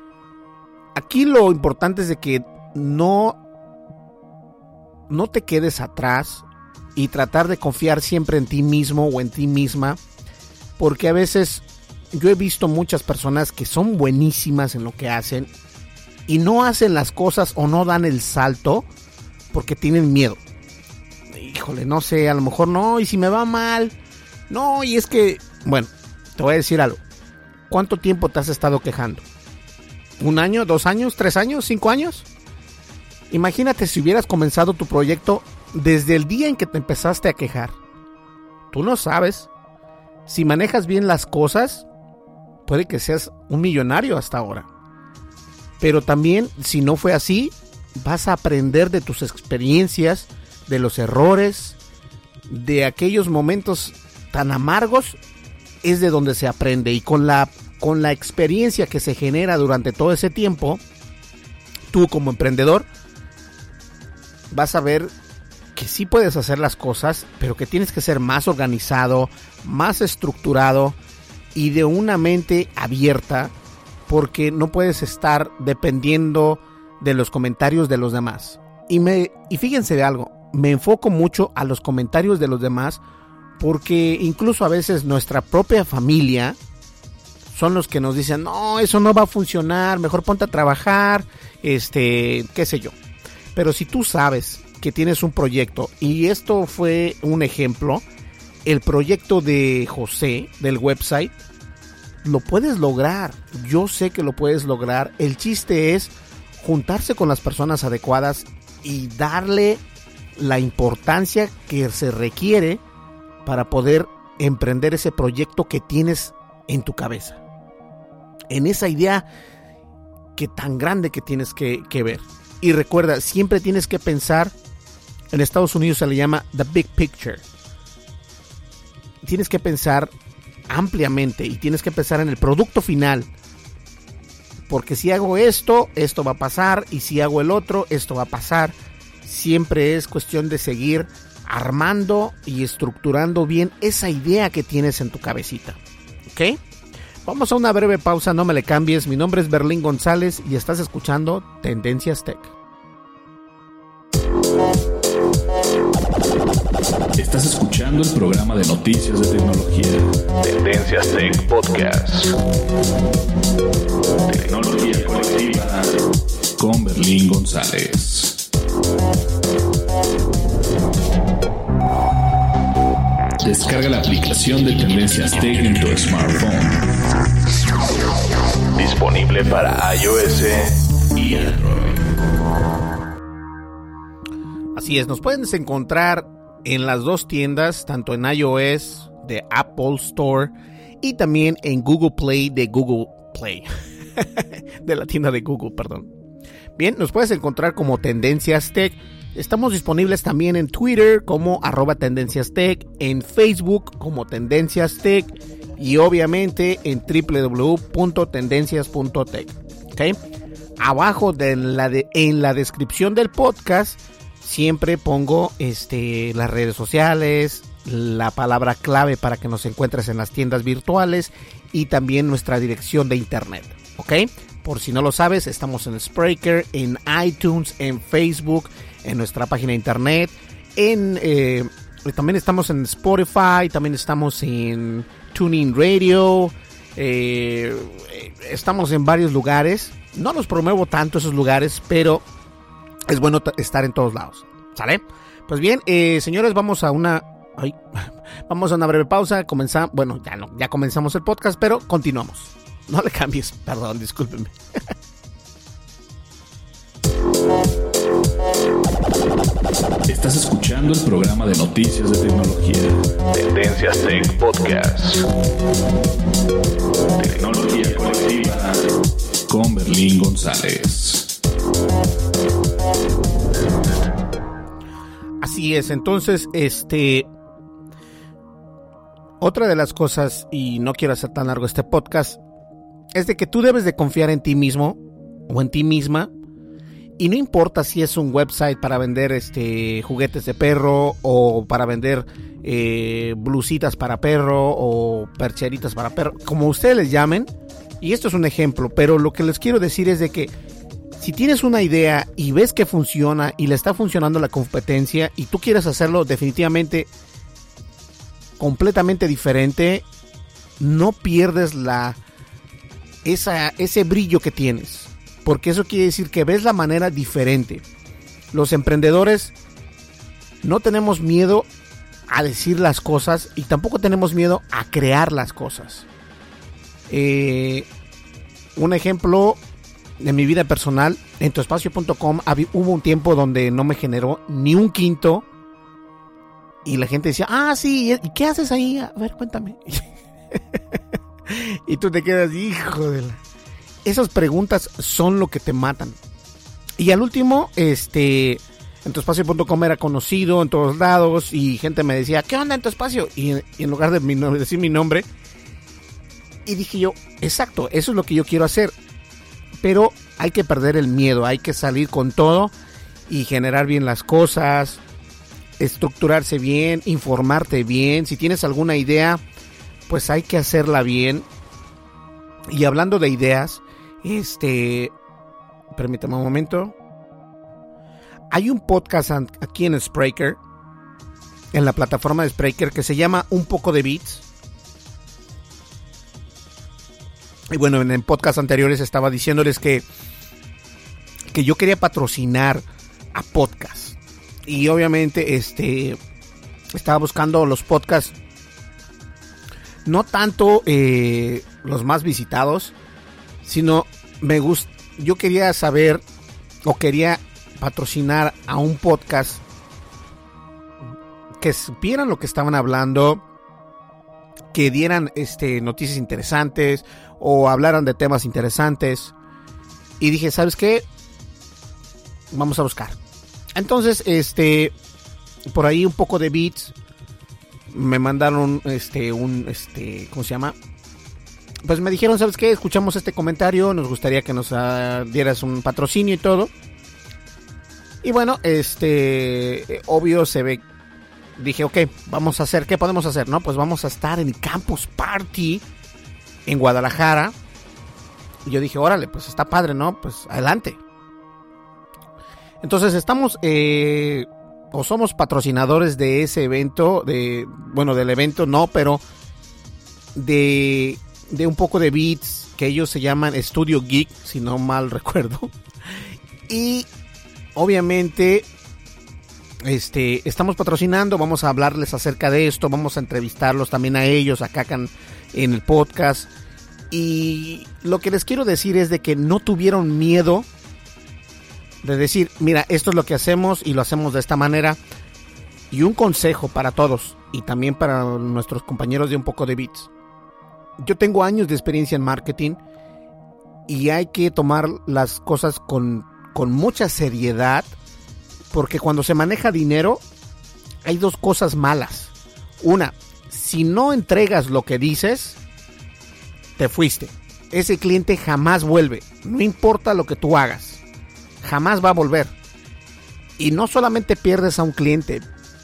Aquí lo importante es de que no, no te quedes atrás y tratar de confiar siempre en ti mismo o en ti misma. Porque a veces yo he visto muchas personas que son buenísimas en lo que hacen y no hacen las cosas o no dan el salto porque tienen miedo. Híjole, no sé, a lo mejor no, y si me va mal. No, y es que, bueno, te voy a decir algo. ¿Cuánto tiempo te has estado quejando? ¿Un año, dos años, tres años, cinco años? Imagínate si hubieras comenzado tu proyecto desde el día en que te empezaste a quejar. Tú no sabes. Si manejas bien las cosas, puede que seas un millonario hasta ahora. Pero también, si no fue así, vas a aprender de tus experiencias, de los errores, de aquellos momentos tan amargos, es de donde se aprende. Y con la, con la experiencia que se genera durante todo ese tiempo, tú como emprendedor, vas a ver que sí puedes hacer las cosas, pero que tienes que ser más organizado, más estructurado y de una mente abierta, porque no puedes estar dependiendo de los comentarios de los demás. Y, me, y fíjense de algo, me enfoco mucho a los comentarios de los demás, porque incluso a veces nuestra propia familia son los que nos dicen, no, eso no va a funcionar, mejor ponte a trabajar, este, qué sé yo. Pero si tú sabes que tienes un proyecto, y esto fue un ejemplo, el proyecto de José, del website, lo puedes lograr. Yo sé que lo puedes lograr. El chiste es juntarse con las personas adecuadas y darle la importancia que se requiere para poder emprender ese proyecto que tienes en tu cabeza, en esa idea que tan grande que tienes que, que ver. Y recuerda, siempre tienes que pensar, en Estados Unidos se le llama the big picture. Tienes que pensar ampliamente y tienes que pensar en el producto final, porque si hago esto, esto va a pasar, y si hago el otro, esto va a pasar. Siempre es cuestión de seguir armando y estructurando bien esa idea que tienes en tu cabecita. ¿Ok? Vamos a una breve pausa, no me le cambies. Mi nombre es Berlín González y estás escuchando Tendencias Tech. Estás escuchando el programa de noticias de tecnología Tendencias Tech Podcast. Tecnología colectiva con Berlín González. Descarga la aplicación de Tendencias Tech en tu smartphone. Disponible para iOS y Android. Así es, nos puedes encontrar en las dos tiendas, tanto en iOS de Apple Store y también en Google Play de Google Play. De la tienda de Google, perdón. Bien, nos puedes encontrar como Tendencias Tech. Estamos disponibles también en Twitter como arroba Tendencias Tech, en Facebook como Tendencias Tech y obviamente en doble u doble u doble u punto tendencias punto tech. ¿Okay? Abajo de la de, en la descripción del podcast siempre pongo este, las redes sociales, la palabra clave para que nos encuentres en las tiendas virtuales y también nuestra dirección de internet. ¿Ok? Por si no lo sabes, estamos en Spreaker, en iTunes, en Facebook, en nuestra página de internet, en eh, también estamos en Spotify, también estamos en TuneIn Radio, eh, estamos en varios lugares. No los promuevo tanto esos lugares, pero es bueno t- estar en todos lados. ¿Sale? Pues bien, eh, señores, vamos a una ay, vamos a una breve pausa. Comenzamos, bueno, ya no, ya comenzamos el podcast, pero continuamos. No le cambies, perdón, discúlpenme. Estás escuchando el programa de noticias de tecnología Tendencias Tech Podcast. Tecnología colectiva con Berlín González. Así es, entonces, este... otra de las cosas, y no quiero hacer tan largo este podcast, es de que tú debes de confiar en ti mismo o en ti misma. Y no importa si es un website para vender este juguetes de perro o para vender eh, blusitas para perro o percheritas para perro, como ustedes les llamen. Y esto es un ejemplo, pero lo que les quiero decir es de que si tienes una idea y ves que funciona y le está funcionando la competencia y tú quieres hacerlo definitivamente completamente diferente, no pierdes la esa, ese brillo que tienes. Porque eso quiere decir que ves la manera diferente. Los emprendedores no tenemos miedo a decir las cosas y tampoco tenemos miedo a crear las cosas. Eh, un ejemplo de mi vida personal, en tu espacio punto com hubo un tiempo donde no me generó ni un quinto y la gente decía, ah, sí, ¿y qué haces ahí? A ver, cuéntame. Y tú te quedas, hijo de la... Esas preguntas son lo que te matan. Y al último, este, en tu espacio punto com era conocido en todos lados y gente me decía, ¿qué onda en tu espacio? Y, y en lugar de mi, decir mi nombre, y dije yo, exacto, eso es lo que yo quiero hacer. Pero hay que perder el miedo, hay que salir con todo y generar bien las cosas, estructurarse bien, informarte bien. Si tienes alguna idea, pues hay que hacerla bien. Y hablando de ideas, este, permítame un momento. Hay un podcast aquí en Spreaker, en la plataforma de Spreaker, que se llama Un Poco de Beats. Y bueno, en, en podcast anteriores estaba diciéndoles que, que yo quería patrocinar a podcast. Y obviamente este estaba buscando los podcasts, no tanto eh, los más visitados, sino me gust- yo quería saber o quería patrocinar a un podcast que supieran lo que estaban hablando, que dieran este noticias interesantes o hablaran de temas interesantes. Y dije, ¿sabes qué? Vamos a buscar. Entonces, este, por ahí un poco de beats, me mandaron este, un, este, ¿cómo se llama? Pues me dijeron, ¿sabes qué? Escuchamos este comentario, nos gustaría que nos uh, dieras un patrocinio y todo. Y bueno, este, obvio se ve, dije, ok, vamos a hacer, ¿qué podemos hacer? No, pues vamos a estar en el Campus Party en Guadalajara. Y yo dije, órale, pues está padre, ¿no? Pues adelante. Entonces estamos, eh, o somos patrocinadores de ese evento, de, bueno, del evento no, pero de, de un poco de beats que ellos se llaman Studio Geek, si no mal recuerdo. Y obviamente, este, estamos patrocinando, vamos a hablarles acerca de esto, vamos a entrevistarlos también a ellos acá en, en el podcast. Y lo que les quiero decir es de que no tuvieron miedo de decir, mira, esto es lo que hacemos y lo hacemos de esta manera. Y un consejo para todos y también para nuestros compañeros de Un Poco de Beats. Yo tengo años de experiencia en marketing y hay que tomar las cosas con, con mucha seriedad, porque cuando se maneja dinero hay dos cosas malas. Una, si no entregas lo que dices, te fuiste. Ese cliente jamás vuelve, no importa lo que tú hagas. Jamás va a volver. Y no solamente pierdes a un cliente.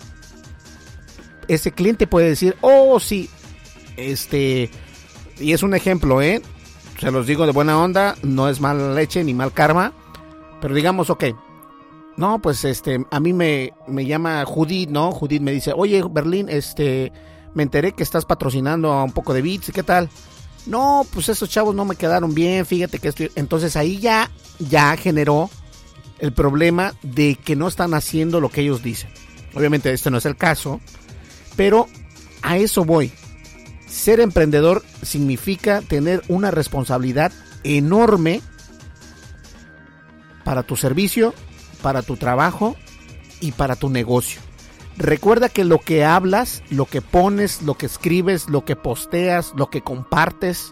Ese cliente puede decir, oh sí, este, y es un ejemplo, eh, se los digo de buena onda, no es mala leche ni mal karma, pero digamos, ok, no, pues este, a mí me, me llama Judith, ¿no? Judith me dice, oye Berlín, este, me enteré que estás patrocinando a Un Poco de Beats, ¿qué tal? No, pues esos chavos no me quedaron bien, fíjate que estoy, entonces ahí ya, ya generó el problema de que no están haciendo lo que ellos dicen. Obviamente este no es el caso, pero a eso voy. Ser emprendedor significa tener una responsabilidad enorme para tu servicio, para tu trabajo y para tu negocio. Recuerda que lo que hablas, lo que pones, lo que escribes, lo que posteas, lo que compartes,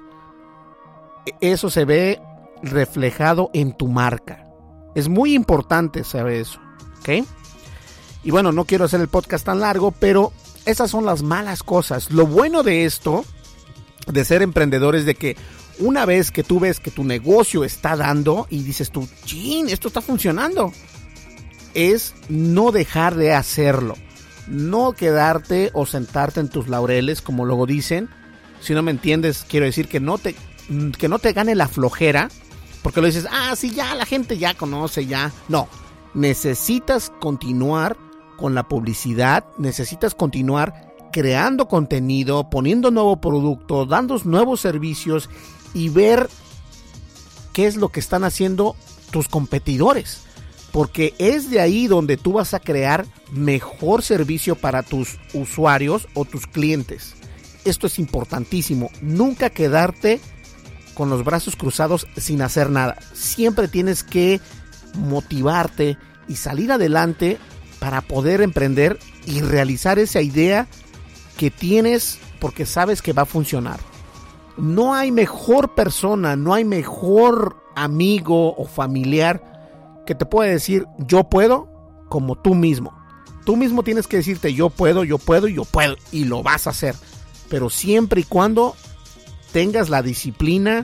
eso se ve reflejado en tu marca. Es muy importante saber eso, ¿ok? Y bueno, no quiero hacer el podcast tan largo, pero esas son las malas cosas. Lo bueno de esto, de ser emprendedor, es de que una vez que tú ves que tu negocio está dando y dices tú, chin, esto está funcionando, es no dejar de hacerlo. No quedarte o sentarte en tus laureles, como luego dicen. Si no me entiendes, quiero decir que no te, que no te gane la flojera. Porque lo dices, ah, sí, ya, la gente ya conoce, ya. No, necesitas continuar con la publicidad, necesitas continuar creando contenido, poniendo nuevo producto, dando nuevos servicios y ver qué es lo que están haciendo tus competidores. Porque es de ahí donde tú vas a crear mejor servicio para tus usuarios o tus clientes. Esto es importantísimo, nunca quedarte con los brazos cruzados sin hacer nada. Siempre tienes que motivarte y salir adelante para poder emprender y realizar esa idea que tienes porque sabes que va a funcionar. No hay mejor persona, no hay mejor amigo o familiar que te pueda decir yo puedo como tú mismo. Tú mismo tienes que decirte yo puedo, yo puedo y yo puedo y lo vas a hacer. Pero siempre y cuando tengas la disciplina,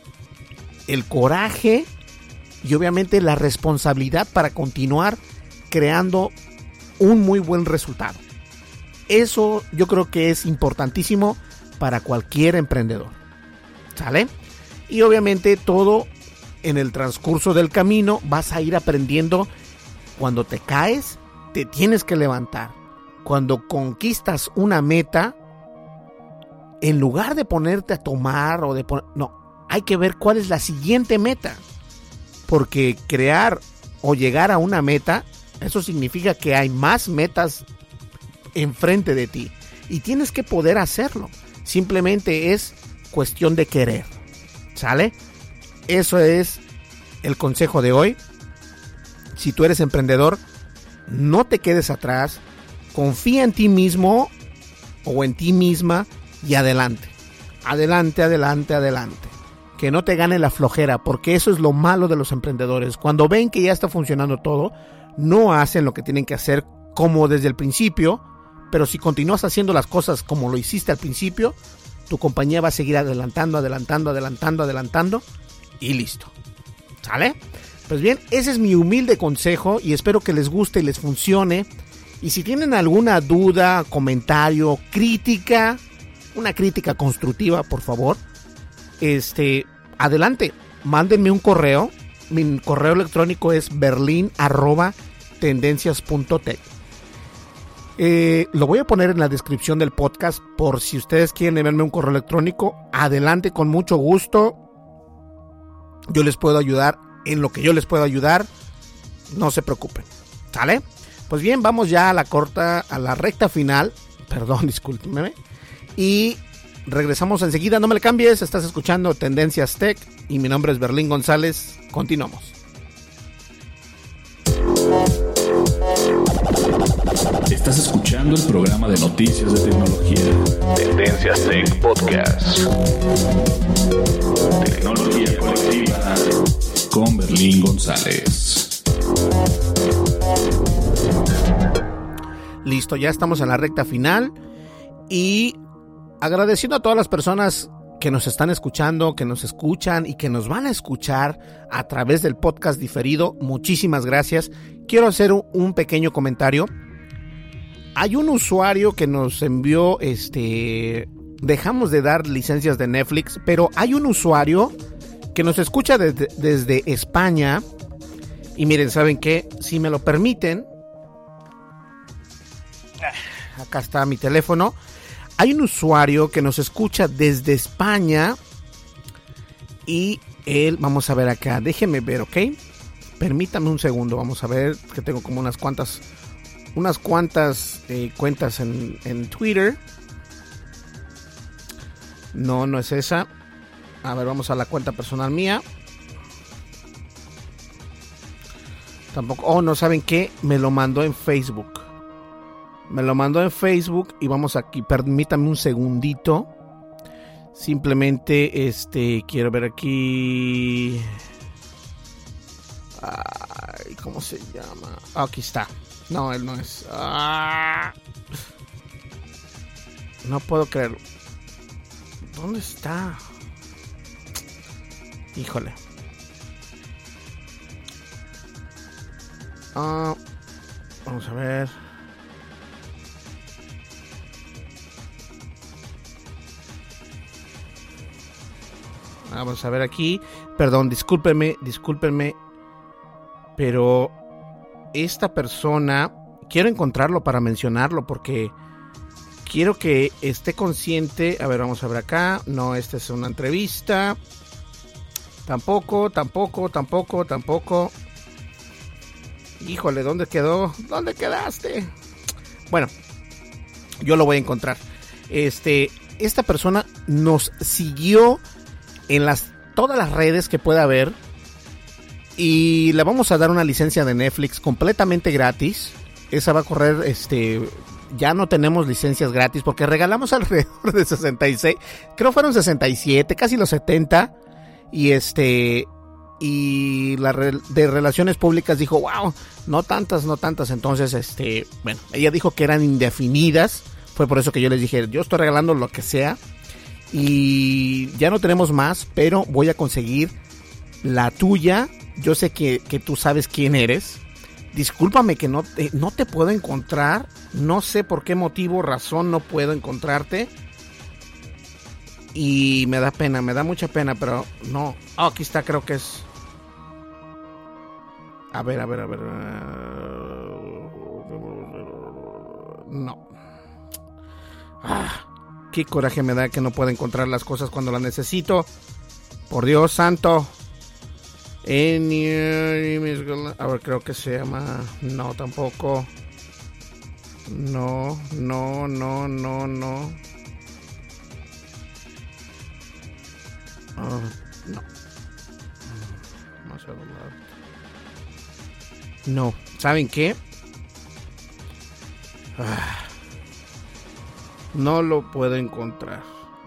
el coraje y obviamente la responsabilidad para continuar creando un muy buen resultado. Eso yo creo que es importantísimo para cualquier emprendedor. ¿Sale? Y obviamente todo en el transcurso del camino vas a ir aprendiendo. Cuando te caes, te tienes que levantar. Cuando conquistas una meta, en lugar de ponerte a tomar o de poner, no, hay que ver cuál es la siguiente meta. Porque crear o llegar a una meta, eso significa que hay más metas enfrente de ti. Y tienes que poder hacerlo. Simplemente es cuestión de querer. ¿Sale? Eso es el consejo de hoy. Si tú eres emprendedor, no te quedes atrás. Confía en ti mismo o en ti misma y adelante. Adelante, adelante, adelante. Que no te gane la flojera, porque eso es lo malo de los emprendedores. Cuando ven que ya está funcionando todo, no hacen lo que tienen que hacer como desde el principio, pero si continúas haciendo las cosas como lo hiciste al principio, tu compañía va a seguir adelantando, adelantando, adelantando, adelantando y listo. ¿Sale? Pues bien, ese es mi humilde consejo y espero que les guste y les funcione. Y si tienen alguna duda, comentario, crítica, una crítica constructiva, por favor, este, adelante, mándenme un correo. Mi correo electrónico es berlin arroba tendencias punto tech. Eh, lo voy a poner en la descripción del podcast por si ustedes quieren enviarme un correo electrónico. Adelante, con mucho gusto. Yo les puedo ayudar en lo que yo les puedo ayudar. No se preocupen. ¿Sale? Pues bien, vamos ya a la corta, a la recta final. Perdón, discúlpenme. Y regresamos enseguida. No me le cambies. Estás escuchando Tendencias Tech y mi nombre es Berlín González. Continuamos. Estás escuchando el programa de noticias de tecnología. Tendencias Tech Podcast. Tecnología colectiva con Berlín González. Listo, ya estamos en la recta final. Y agradeciendo a todas las personas que nos están escuchando, que nos escuchan y que nos van a escuchar a través del podcast diferido. Muchísimas gracias. Quiero hacer un, un pequeño comentario. Hay un usuario que nos envió, este, dejamos de dar licencias de Netflix, pero hay un usuario que nos escucha de, de, desde España. Y miren, ¿saben qué? Si me lo permiten, acá está mi teléfono. Hay un usuario que nos escucha desde España y él, vamos a ver acá, déjenme ver, ¿ok? Permítame un segundo, vamos a ver, que tengo como unas cuantas, unas cuantas eh, cuentas en, en Twitter. No, no es esa. A ver, vamos a la cuenta personal mía. Tampoco, oh, no, ¿saben qué? Me lo mandó en Facebook. Me lo mandó en Facebook y vamos aquí, permítame un segundito. Simplemente, este, quiero ver aquí. Ay, ¿cómo se llama? Oh, aquí está. No, él no es. Ah, no puedo creerlo. ¿Dónde está? Híjole. Ah, vamos a ver. Vamos a ver aquí. Perdón, discúlpenme, discúlpenme. Pero esta persona, quiero encontrarlo para mencionarlo porque quiero que esté consciente. A ver, vamos a ver acá. No, esta es una entrevista. Tampoco, tampoco, tampoco, tampoco. Híjole, ¿dónde quedó? ¿Dónde quedaste? Bueno, yo lo voy a encontrar. Este, esta persona nos siguió en las todas las redes que pueda haber y le vamos a dar una licencia de Netflix completamente gratis. Esa va a correr, este, ya no tenemos licencias gratis porque regalamos alrededor de sesenta y seis, creo fueron sesenta y siete, casi los setenta, y este, y la de Relaciones Públicas dijo, wow, no tantas, no tantas, entonces, este, bueno, ella dijo que eran indefinidas, fue por eso que yo les dije, yo estoy regalando lo que sea. Y ya no tenemos más, pero voy a conseguir la tuya. Yo sé que, que tú sabes quién eres. Discúlpame que no te, no te puedo encontrar. No sé por qué motivo, razón no puedo encontrarte. Y me da pena, me da mucha pena, pero no. Oh, aquí está, creo que es. A ver, a ver, a ver. No. Ah. Qué coraje me da que no pueda encontrar las cosas cuando las necesito. Por Dios santo. En, a ver, creo que se llama. No, tampoco. No, no, no, no, no. Uh, no. No. ¿Saben qué? Ah, no lo puedo encontrar.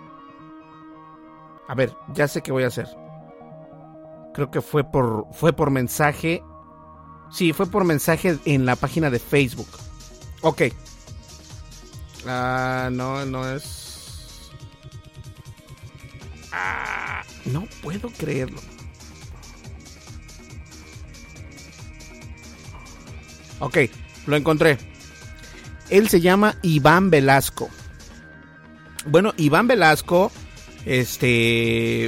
A ver, ya sé qué voy a hacer. Creo que fue por fue por mensaje. Sí, fue por mensaje en la página de Facebook. Ok. Ah, no, no es. Ah, no puedo creerlo. Ok, lo encontré. Él se llama Iván Velasco. Bueno, Iván Velasco, este...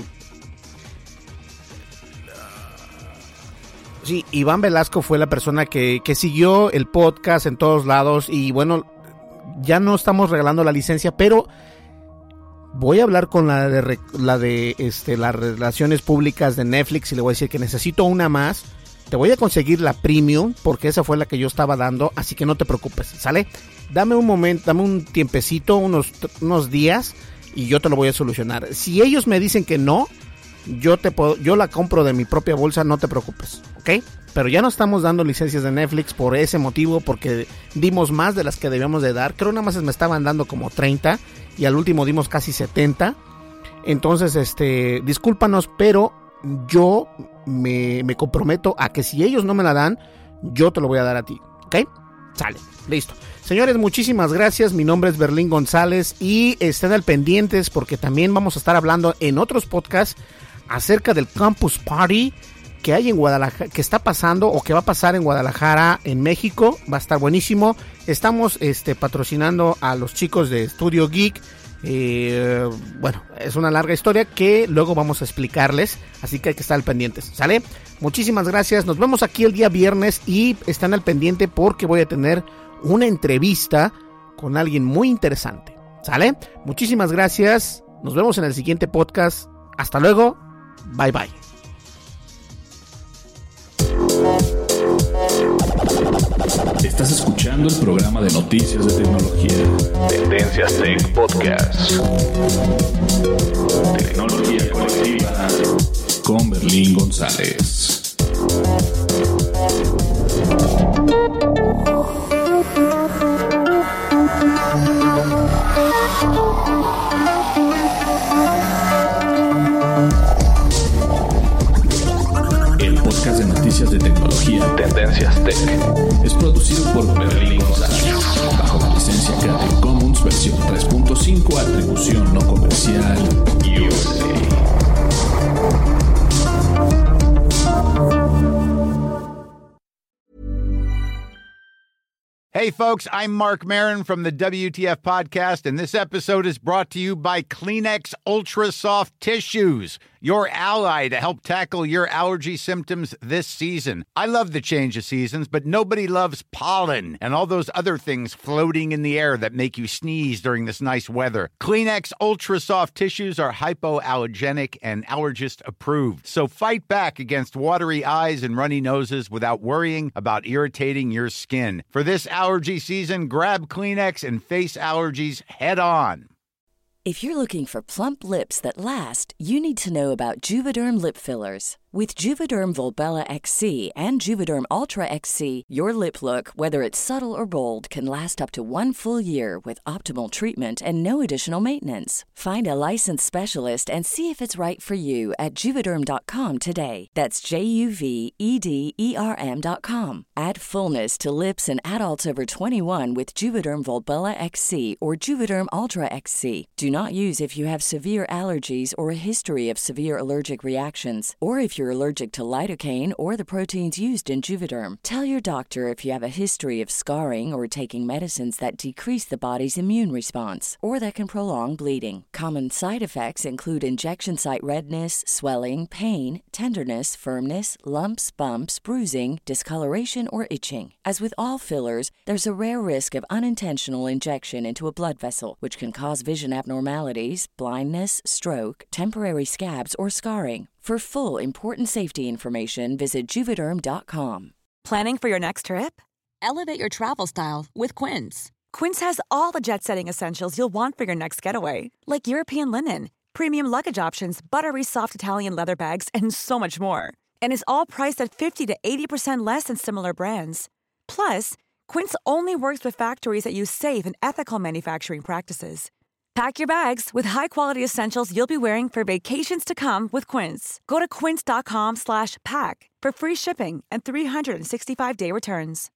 Sí, Iván Velasco fue la persona que, que siguió el podcast en todos lados. Y bueno, ya no estamos regalando la licencia, pero voy a hablar con la de, la de este, las relaciones públicas de Netflix y le voy a decir que necesito una más. Te voy a conseguir la premium porque esa fue la que yo estaba dando, así que no te preocupes, ¿sale? Dame un momento, dame un tiempecito, unos, unos días y yo te lo voy a solucionar. Si ellos me dicen que no, yo te puedo, yo la compro de mi propia bolsa, no te preocupes, ¿ok? Pero ya no estamos dando licencias de Netflix por ese motivo, porque dimos más de las que debíamos de dar. Creo nada más me estaban dando como treinta y al último dimos casi setenta. Entonces, este, discúlpanos, pero yo me, me comprometo a que si ellos no me la dan, yo te lo voy a dar a ti, ¿ok? Sale, listo. Señores, muchísimas gracias. Mi nombre es Berlín González y estén al pendientes porque también vamos a estar hablando en otros podcasts acerca del Campus Party que hay en Guadalajara, que está pasando o que va a pasar en Guadalajara, en México. Va a estar buenísimo. Estamos este, patrocinando a los chicos de Studio Geek. Eh, bueno, es una larga historia que luego vamos a explicarles, así que hay que estar al pendientes, ¿sale? Muchísimas gracias, nos vemos aquí el día viernes y están al pendiente porque voy a tener una entrevista con alguien muy interesante, ¿sale? Muchísimas gracias, nos vemos en el siguiente podcast, hasta luego, bye bye. Estás escuchando el programa de noticias de tecnología. Tendencias Tech Podcast. Tecnología colectiva con Berlín González. El podcast de noticias de tecnología Tendencias Tech es producido por Berlín González bajo la licencia Creative Commons versión tres punto cinco, atribución no comercial U S A. Hey folks, I'm Mark Maron from the W T F podcast, and this episode is brought to you by Kleenex Ultra Soft Tissues, your ally to help tackle your allergy symptoms this season. I love the change of seasons, but nobody loves pollen and all those other things floating in the air that make you sneeze during this nice weather. Kleenex Ultra Soft Tissues are hypoallergenic and allergist approved, so fight back against watery eyes and runny noses without worrying about irritating your skin. For this allergy season, grab Kleenex and face allergies head on. If you're looking for plump lips that last, you need to know about Juvederm lip fillers. With Juvederm Volbella X C and Juvederm Ultra X C, your lip look, whether it's subtle or bold, can last up to one full year with optimal treatment and no additional maintenance. Find a licensed specialist and see if it's right for you at Juvederm dot com today. That's J U V E D E R M dot com. Add fullness to lips in adults over twenty-one with Juvederm Volbella X C or Juvederm Ultra X C. Do not use if you have severe allergies or a history of severe allergic reactions, or if you're you're allergic to lidocaine or the proteins used in Juvederm. Tell your doctor if you have a history of scarring or taking medicines that decrease the body's immune response or that can prolong bleeding. Common side effects include injection site redness, swelling, pain, tenderness, firmness, lumps, bumps, bruising, discoloration, or itching. As with all fillers, there's a rare risk of unintentional injection into a blood vessel, which can cause vision abnormalities, blindness, stroke, temporary scabs, or scarring. For full, important safety information, visit Juvederm dot com. Planning for your next trip? Elevate your travel style with Quince. Quince has all the jet-setting essentials you'll want for your next getaway, like European linen, premium luggage options, buttery soft Italian leather bags, and so much more. And is all priced at fifty to eighty percent less than similar brands. Plus, Quince only works with factories that use safe and ethical manufacturing practices. Pack your bags with high-quality essentials you'll be wearing for vacations to come with Quince. Go to quince dot com slash pack for free shipping and three sixty-five day returns.